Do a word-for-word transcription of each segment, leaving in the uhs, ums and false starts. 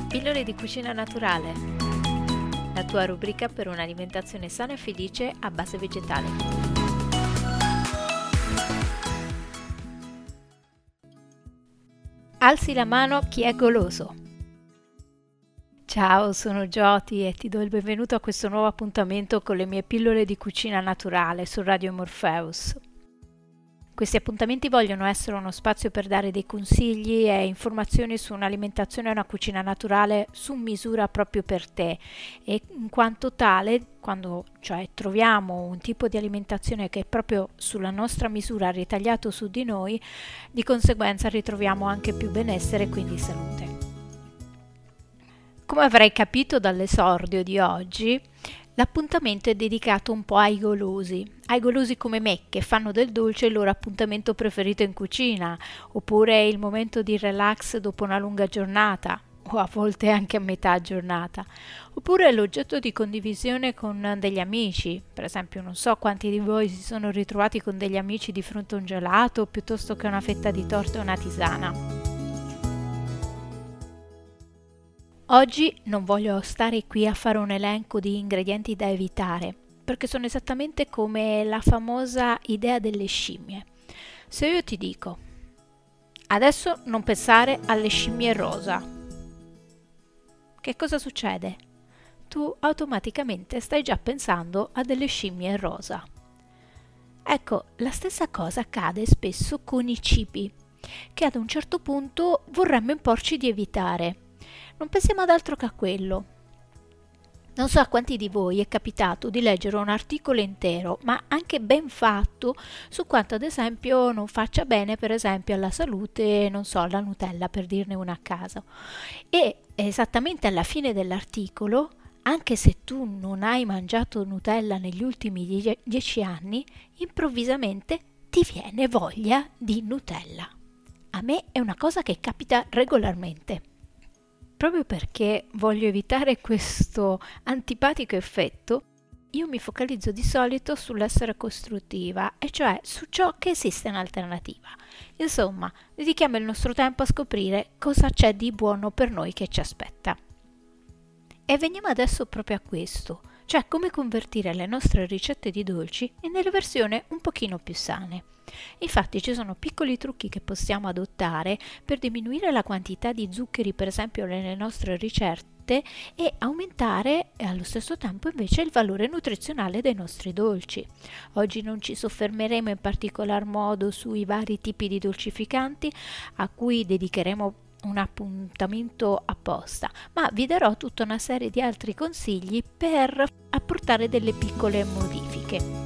Pillole di cucina naturale, la tua rubrica per un'alimentazione sana e felice a base vegetale. Alzi la mano chi è goloso. Ciao, sono Jyoti e ti do il benvenuto a questo nuovo appuntamento con le mie pillole di cucina naturale su Radio Morpheus. Questi appuntamenti vogliono essere uno spazio per dare dei consigli e informazioni su un'alimentazione e una cucina naturale su misura proprio per te, e in quanto tale, quando cioè troviamo un tipo di alimentazione che è proprio sulla nostra misura, ritagliato su di noi, di conseguenza ritroviamo anche più benessere e quindi salute. Come avrai capito dall'esordio di oggi, l'appuntamento è dedicato un po' ai golosi, ai golosi come me che fanno del dolce il loro appuntamento preferito in cucina, oppure il momento di relax dopo una lunga giornata, o a volte anche a metà giornata, oppure l'oggetto di condivisione con degli amici. Per esempio, non so quanti di voi si sono ritrovati con degli amici di fronte a un gelato piuttosto che una fetta di torta o una tisana. Oggi non voglio stare qui a fare un elenco di ingredienti da evitare, perché sono esattamente come la famosa idea delle scimmie. Se io ti dico, adesso non pensare alle scimmie rosa, che cosa succede? Tu automaticamente stai già pensando a delle scimmie rosa. Ecco, la stessa cosa accade spesso con i cibi, che ad un certo punto vorremmo imporci di evitare. Non pensiamo ad altro che a quello. Non so a quanti di voi è capitato di leggere un articolo intero, ma anche ben fatto, su quanto ad esempio non faccia bene, per esempio, alla salute, non so, la Nutella, per dirne una a caso. E esattamente alla fine dell'articolo, anche se tu non hai mangiato Nutella negli ultimi die- dieci anni, improvvisamente ti viene voglia di Nutella. A me è una cosa che capita regolarmente. Proprio perché voglio evitare questo antipatico effetto, io mi focalizzo di solito sull'essere costruttiva, e cioè su ciò che esiste in alternativa. Insomma, dedichiamo il nostro tempo a scoprire cosa c'è di buono per noi che ci aspetta. E veniamo adesso proprio a questo, cioè come convertire le nostre ricette di dolci nelle versioni un pochino più sane. Infatti ci sono piccoli trucchi che possiamo adottare per diminuire la quantità di zuccheri, per esempio, nelle nostre ricette, e aumentare allo stesso tempo invece il valore nutrizionale dei nostri dolci. Oggi non ci soffermeremo in particolar modo sui vari tipi di dolcificanti, a cui dedicheremo un appuntamento apposta, ma vi darò tutta una serie di altri consigli per apportare delle piccole modifiche.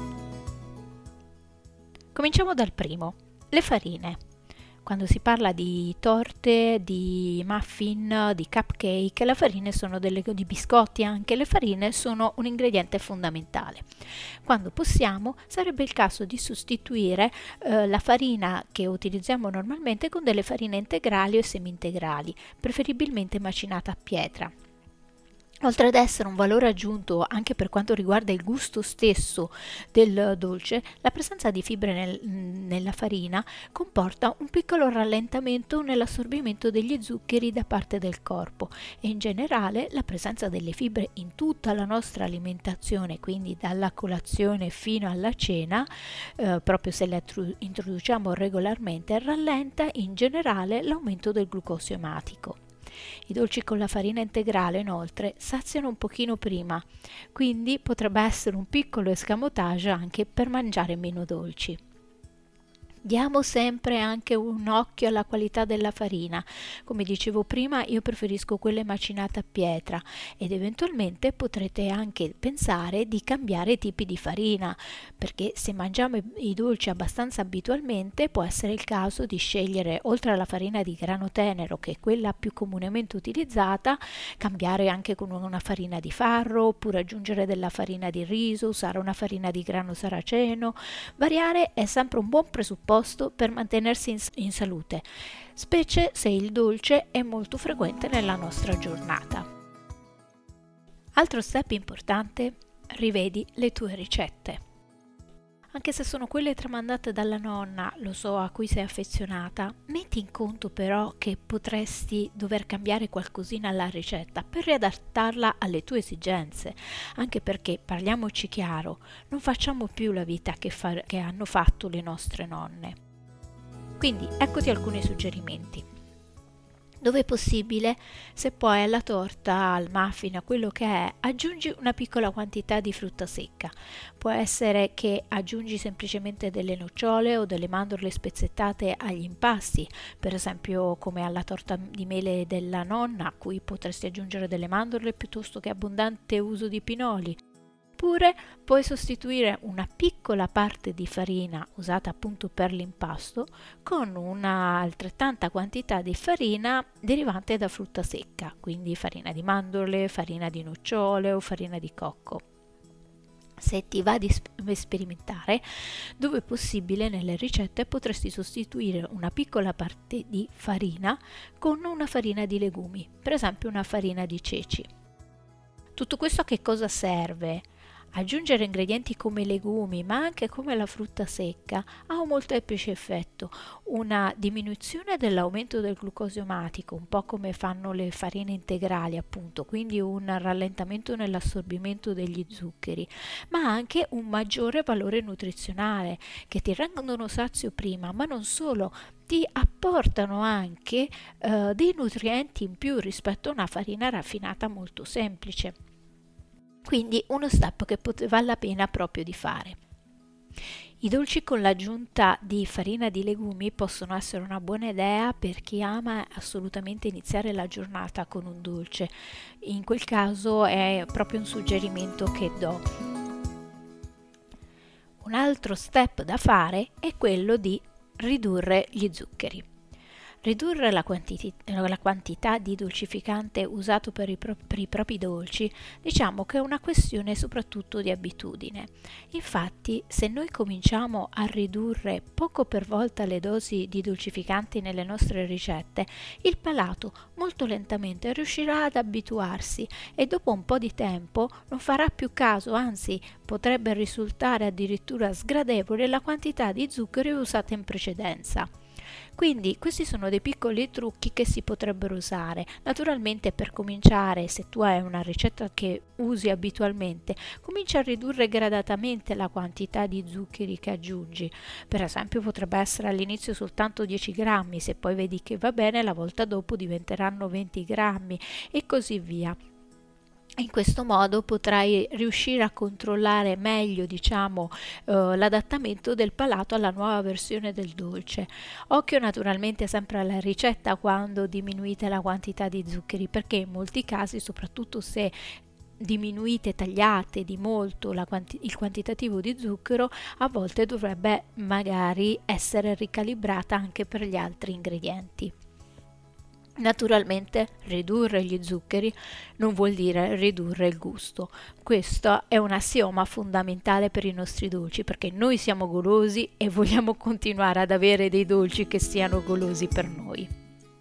Cominciamo dal primo, le farine. Quando si parla di torte, di muffin, di cupcake, le farine sono delle, di biscotti anche, le farine sono un ingrediente fondamentale. Quando possiamo, sarebbe il caso di sostituire eh, la farina che utilizziamo normalmente con delle farine integrali o semi-integrali, preferibilmente macinata a pietra. Oltre ad essere un valore aggiunto anche per quanto riguarda il gusto stesso del dolce, la presenza di fibre nel, nella farina comporta un piccolo rallentamento nell'assorbimento degli zuccheri da parte del corpo, e in generale la presenza delle fibre in tutta la nostra alimentazione, quindi dalla colazione fino alla cena, eh, proprio se le introduciamo regolarmente, rallenta in generale l'aumento del glucosio ematico. I dolci con la farina integrale, inoltre, saziano un pochino prima, quindi potrebbe essere un piccolo escamotage anche per mangiare meno dolci. Diamo sempre anche un occhio alla qualità della farina. Come dicevo prima, io preferisco quelle macinate a pietra, ed eventualmente potrete anche pensare di cambiare tipi di farina, perché se mangiamo i dolci abbastanza abitualmente può essere il caso di scegliere, oltre alla farina di grano tenero, che è quella più comunemente utilizzata, cambiare anche con una farina di farro, oppure aggiungere della farina di riso, usare una farina di grano saraceno. Variare è sempre un buon presupposto per mantenersi in, in salute, specie se il dolce è molto frequente nella nostra giornata. Altro step importante: rivedi le tue ricette. anche se sono quelle tramandate dalla nonna, lo so, a cui sei affezionata, metti in conto però che potresti dover cambiare qualcosina alla ricetta per riadattarla alle tue esigenze, anche perché, parliamoci chiaro, non facciamo più la vita che, fa- che hanno fatto le nostre nonne. Quindi eccoti alcuni suggerimenti. Dove è possibile, se poi alla torta, al muffin, a quello che è, aggiungi una piccola quantità di frutta secca. Può essere che aggiungi semplicemente delle nocciole o delle mandorle spezzettate agli impasti, per esempio come alla torta di mele della nonna, a cui potresti aggiungere delle mandorle piuttosto che abbondante uso di pinoli. Oppure puoi sostituire una piccola parte di farina usata appunto per l'impasto con una altrettanta quantità di farina derivante da frutta secca, quindi farina di mandorle, farina di nocciole o farina di cocco. Se ti va di sperimentare, dove possibile nelle ricette potresti sostituire una piccola parte di farina con una farina di legumi, per esempio una farina di ceci. Tutto questo a che cosa serve? Aggiungere ingredienti come legumi, ma anche come la frutta secca, ha un molteplice effetto, una diminuzione dell'aumento del glucosio omatico, un po' come fanno le farine integrali appunto, quindi un rallentamento nell'assorbimento degli zuccheri, ma anche un maggiore valore nutrizionale, che ti rendono sazio prima, ma non solo, ti apportano anche eh, dei nutrienti in più rispetto a una farina raffinata molto semplice. Quindi uno step che pot- vale la pena proprio di fare. I dolci con l'aggiunta di farina di legumi possono essere una buona idea per chi ama assolutamente iniziare la giornata con un dolce. In quel caso è proprio un suggerimento che do. Un altro step da fare è quello di ridurre gli zuccheri. Ridurre la, quantiti- la quantità di dolcificante usato per i, pro- per i propri dolci, diciamo che è una questione soprattutto di abitudine. Infatti, se noi cominciamo a ridurre poco per volta le dosi di dolcificanti nelle nostre ricette, il palato molto lentamente riuscirà ad abituarsi e dopo un po' di tempo non farà più caso, anzi potrebbe risultare addirittura sgradevole la quantità di zuccheri usata in precedenza. Quindi questi sono dei piccoli trucchi che si potrebbero usare. Naturalmente per cominciare, se tu hai una ricetta che usi abitualmente, comincia a ridurre gradatamente la quantità di zuccheri che aggiungi. Per esempio potrebbe essere all'inizio soltanto dieci grammi, se poi vedi che va bene la volta dopo diventeranno venti grammi e così via. In questo modo potrai riuscire a controllare meglio, diciamo, eh, l'adattamento del palato alla nuova versione del dolce. Occhio naturalmente sempre alla ricetta quando diminuite la quantità di zuccheri, perché in molti casi, soprattutto se diminuite, tagliate di molto la quanti- il quantitativo di zucchero, a volte dovrebbe magari essere ricalibrata anche per gli altri ingredienti. Naturalmente ridurre gli zuccheri non vuol dire ridurre il gusto. Questo è un assioma fondamentale per i nostri dolci, perché noi siamo golosi e vogliamo continuare ad avere dei dolci che siano golosi per noi.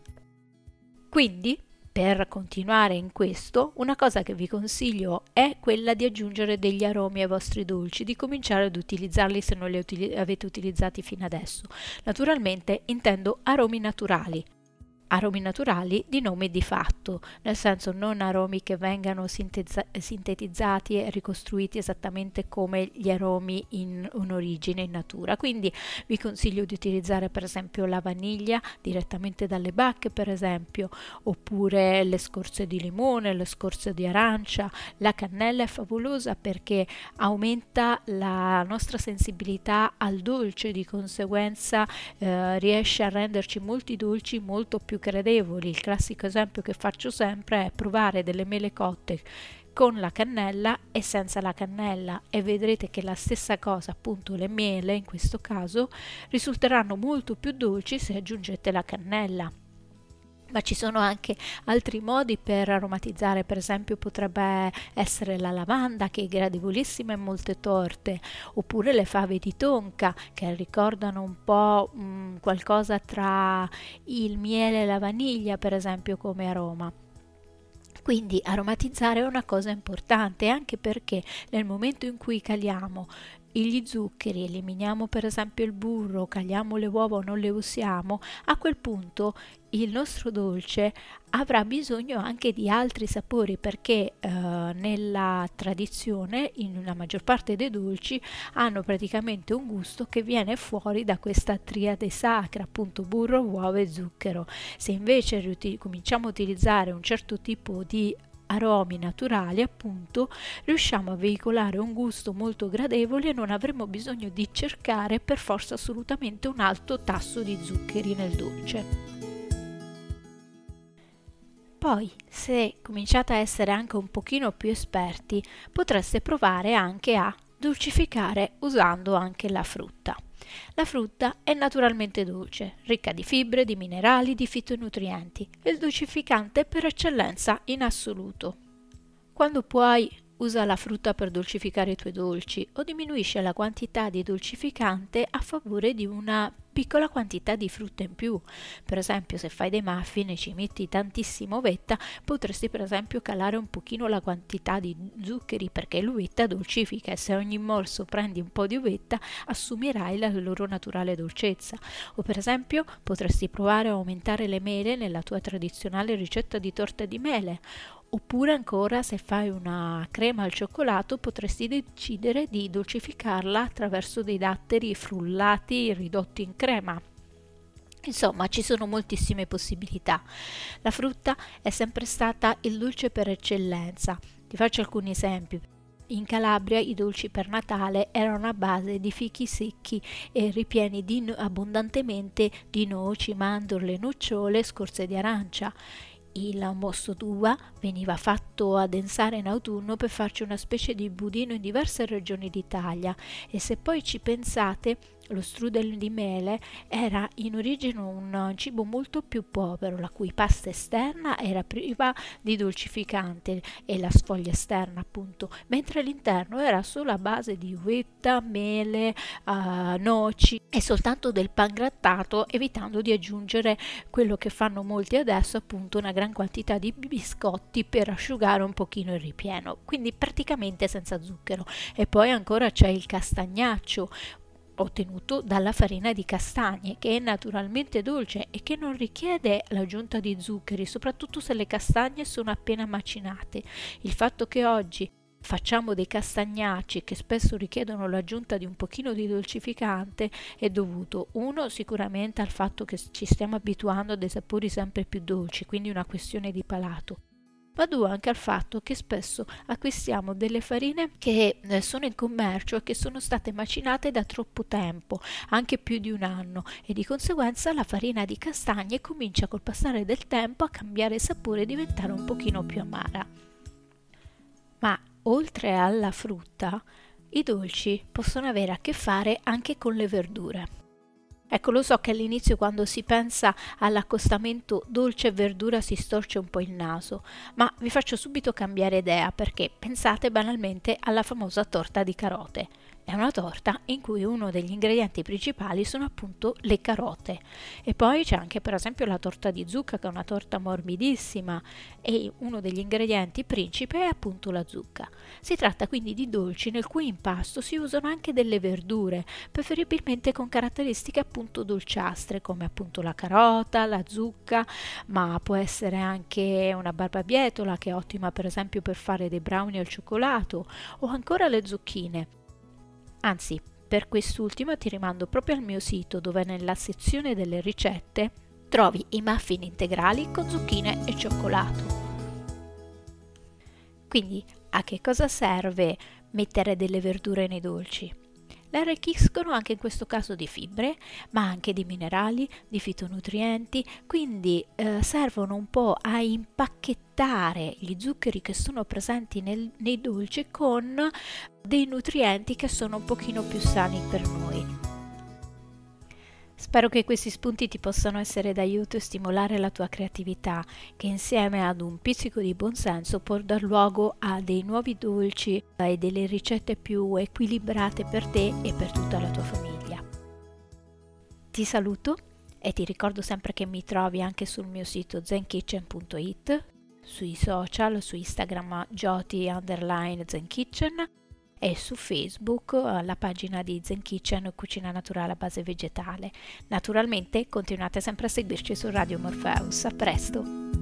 Quindi, per continuare in questo, una cosa che vi consiglio è quella di aggiungere degli aromi ai vostri dolci, di cominciare ad utilizzarli se non li avete utilizzati fino adesso. Naturalmente intendo aromi naturali. Aromi naturali di nome di fatto, nel senso non aromi che vengano sintezza- sintetizzati e ricostruiti esattamente come gli aromi in, in origine, in natura. Quindi vi consiglio di utilizzare per esempio la vaniglia direttamente dalle bacche, per esempio, oppure le scorze di limone, le scorze di arancia. La cannella è favolosa perché aumenta la nostra sensibilità al dolce, di conseguenza eh, riesce a renderci molti dolci molto più gradevoli. Il classico esempio che faccio sempre è provare delle mele cotte con la cannella e senza la cannella e vedrete che la stessa cosa, appunto le mele in questo caso, risulteranno molto più dolci se aggiungete la cannella. Ma ci sono anche altri modi per aromatizzare, per esempio potrebbe essere la lavanda che è gradevolissima in molte torte, oppure le fave di tonka che ricordano un po' mh, qualcosa tra il miele e la vaniglia, per esempio, come aroma. Quindi aromatizzare è una cosa importante, anche perché nel momento in cui caliamo gli zuccheri, eliminiamo per esempio il burro, caliamo le uova o non le usiamo, a quel punto il nostro dolce avrà bisogno anche di altri sapori, perché eh, nella tradizione, in una maggior parte dei dolci, hanno praticamente un gusto che viene fuori da questa triade sacra, appunto burro, uova e zucchero. Se invece riuti- cominciamo a utilizzare un certo tipo di aromi naturali, appunto, riusciamo a veicolare un gusto molto gradevole e non avremo bisogno di cercare per forza assolutamente un alto tasso di zuccheri nel dolce. Poi, se cominciate a essere anche un pochino più esperti, potreste provare anche a dolcificare usando anche la frutta. La frutta è naturalmente dolce, ricca di fibre, di minerali, di fitonutrienti, è il dolcificante per eccellenza in assoluto. Quando puoi, usa la frutta per dolcificare i tuoi dolci o diminuisce la quantità di dolcificante a favore di una piccola quantità di frutta in più. Per esempio, se fai dei muffin e ci metti tantissima uvetta, potresti per esempio calare un pochino la quantità di zuccheri, perché l'uvetta dolcifica e se ogni morso prendi un po' di uvetta assumerai la loro naturale dolcezza. O per esempio potresti provare a aumentare le mele nella tua tradizionale ricetta di torta di mele. Oppure ancora, se fai una crema al cioccolato, potresti decidere di dolcificarla attraverso dei datteri frullati ridotti in crema. Insomma, ci sono moltissime possibilità. La frutta è sempre stata il dolce per eccellenza. Ti faccio alcuni esempi. In Calabria i dolci per Natale erano a base di fichi secchi e ripieni di no- abbondantemente di noci, mandorle, nocciole e scorze di arancia. Il mosto d'uva veniva fatto addensare in autunno per farci una specie di budino in diverse regioni d'Italia, e se poi ci pensate, lo strudel di mele era in origine un cibo molto più povero, la cui pasta esterna era priva di dolcificante e la sfoglia esterna appunto, mentre l'interno era solo a base di uvetta, mele, uh, noci e soltanto del pan grattato, evitando di aggiungere quello che fanno molti adesso, appunto una gran quantità di biscotti per asciugare un pochino il ripieno, quindi praticamente senza zucchero. E poi ancora c'è il castagnaccio, ottenuto dalla farina di castagne, che è naturalmente dolce e che non richiede l'aggiunta di zuccheri, soprattutto se le castagne sono appena macinate. Il fatto che oggi facciamo dei castagnacci che spesso richiedono l'aggiunta di un pochino di dolcificante è dovuto, uno, sicuramente al fatto che ci stiamo abituando a dei sapori sempre più dolci, quindi una questione di palato, ma due anche al fatto che spesso acquistiamo delle farine che eh, sono in commercio e che sono state macinate da troppo tempo, anche più di un anno, e di conseguenza la farina di castagne comincia col passare del tempo a cambiare sapore e diventare un pochino più amara. Ma oltre alla frutta, i dolci possono avere a che fare anche con le verdure. Ecco, lo so che all'inizio, quando si pensa all'accostamento dolce e verdura, si storce un po' il naso, ma vi faccio subito cambiare idea, perché pensate banalmente alla famosa torta di carote. È una torta in cui uno degli ingredienti principali sono appunto le carote. E poi c'è anche per esempio la torta di zucca, che è una torta morbidissima, e uno degli ingredienti principe è appunto la zucca. Si tratta quindi di dolci nel cui impasto si usano anche delle verdure, preferibilmente con caratteristiche appunto dolciastre, come appunto la carota, la zucca, ma può essere anche una barbabietola, che è ottima per esempio per fare dei brownie al cioccolato, o ancora le zucchine. Anzi, per quest'ultima ti rimando proprio al mio sito, dove nella sezione delle ricette trovi i muffin integrali con zucchine e cioccolato. Quindi, a che cosa serve mettere delle verdure nei dolci? Le arricchiscono anche in questo caso di fibre, ma anche di minerali, di fitonutrienti, quindi eh, servono un po' a impacchettare gli zuccheri che sono presenti nel, nei dolci con dei nutrienti che sono un pochino più sani per noi. Spero che questi spunti ti possano essere d'aiuto e stimolare la tua creatività, che insieme ad un pizzico di buonsenso può dar luogo a dei nuovi dolci e delle ricette più equilibrate per te e per tutta la tua famiglia. Ti saluto e ti ricordo sempre che mi trovi anche sul mio sito zen kitchen punto it, sui social, su Instagram Joti underline Zen Kitchen, e su Facebook eh, la pagina di Zen Kitchen Cucina Naturale a base vegetale. Naturalmente continuate sempre a seguirci su Radio Morpheus. A presto!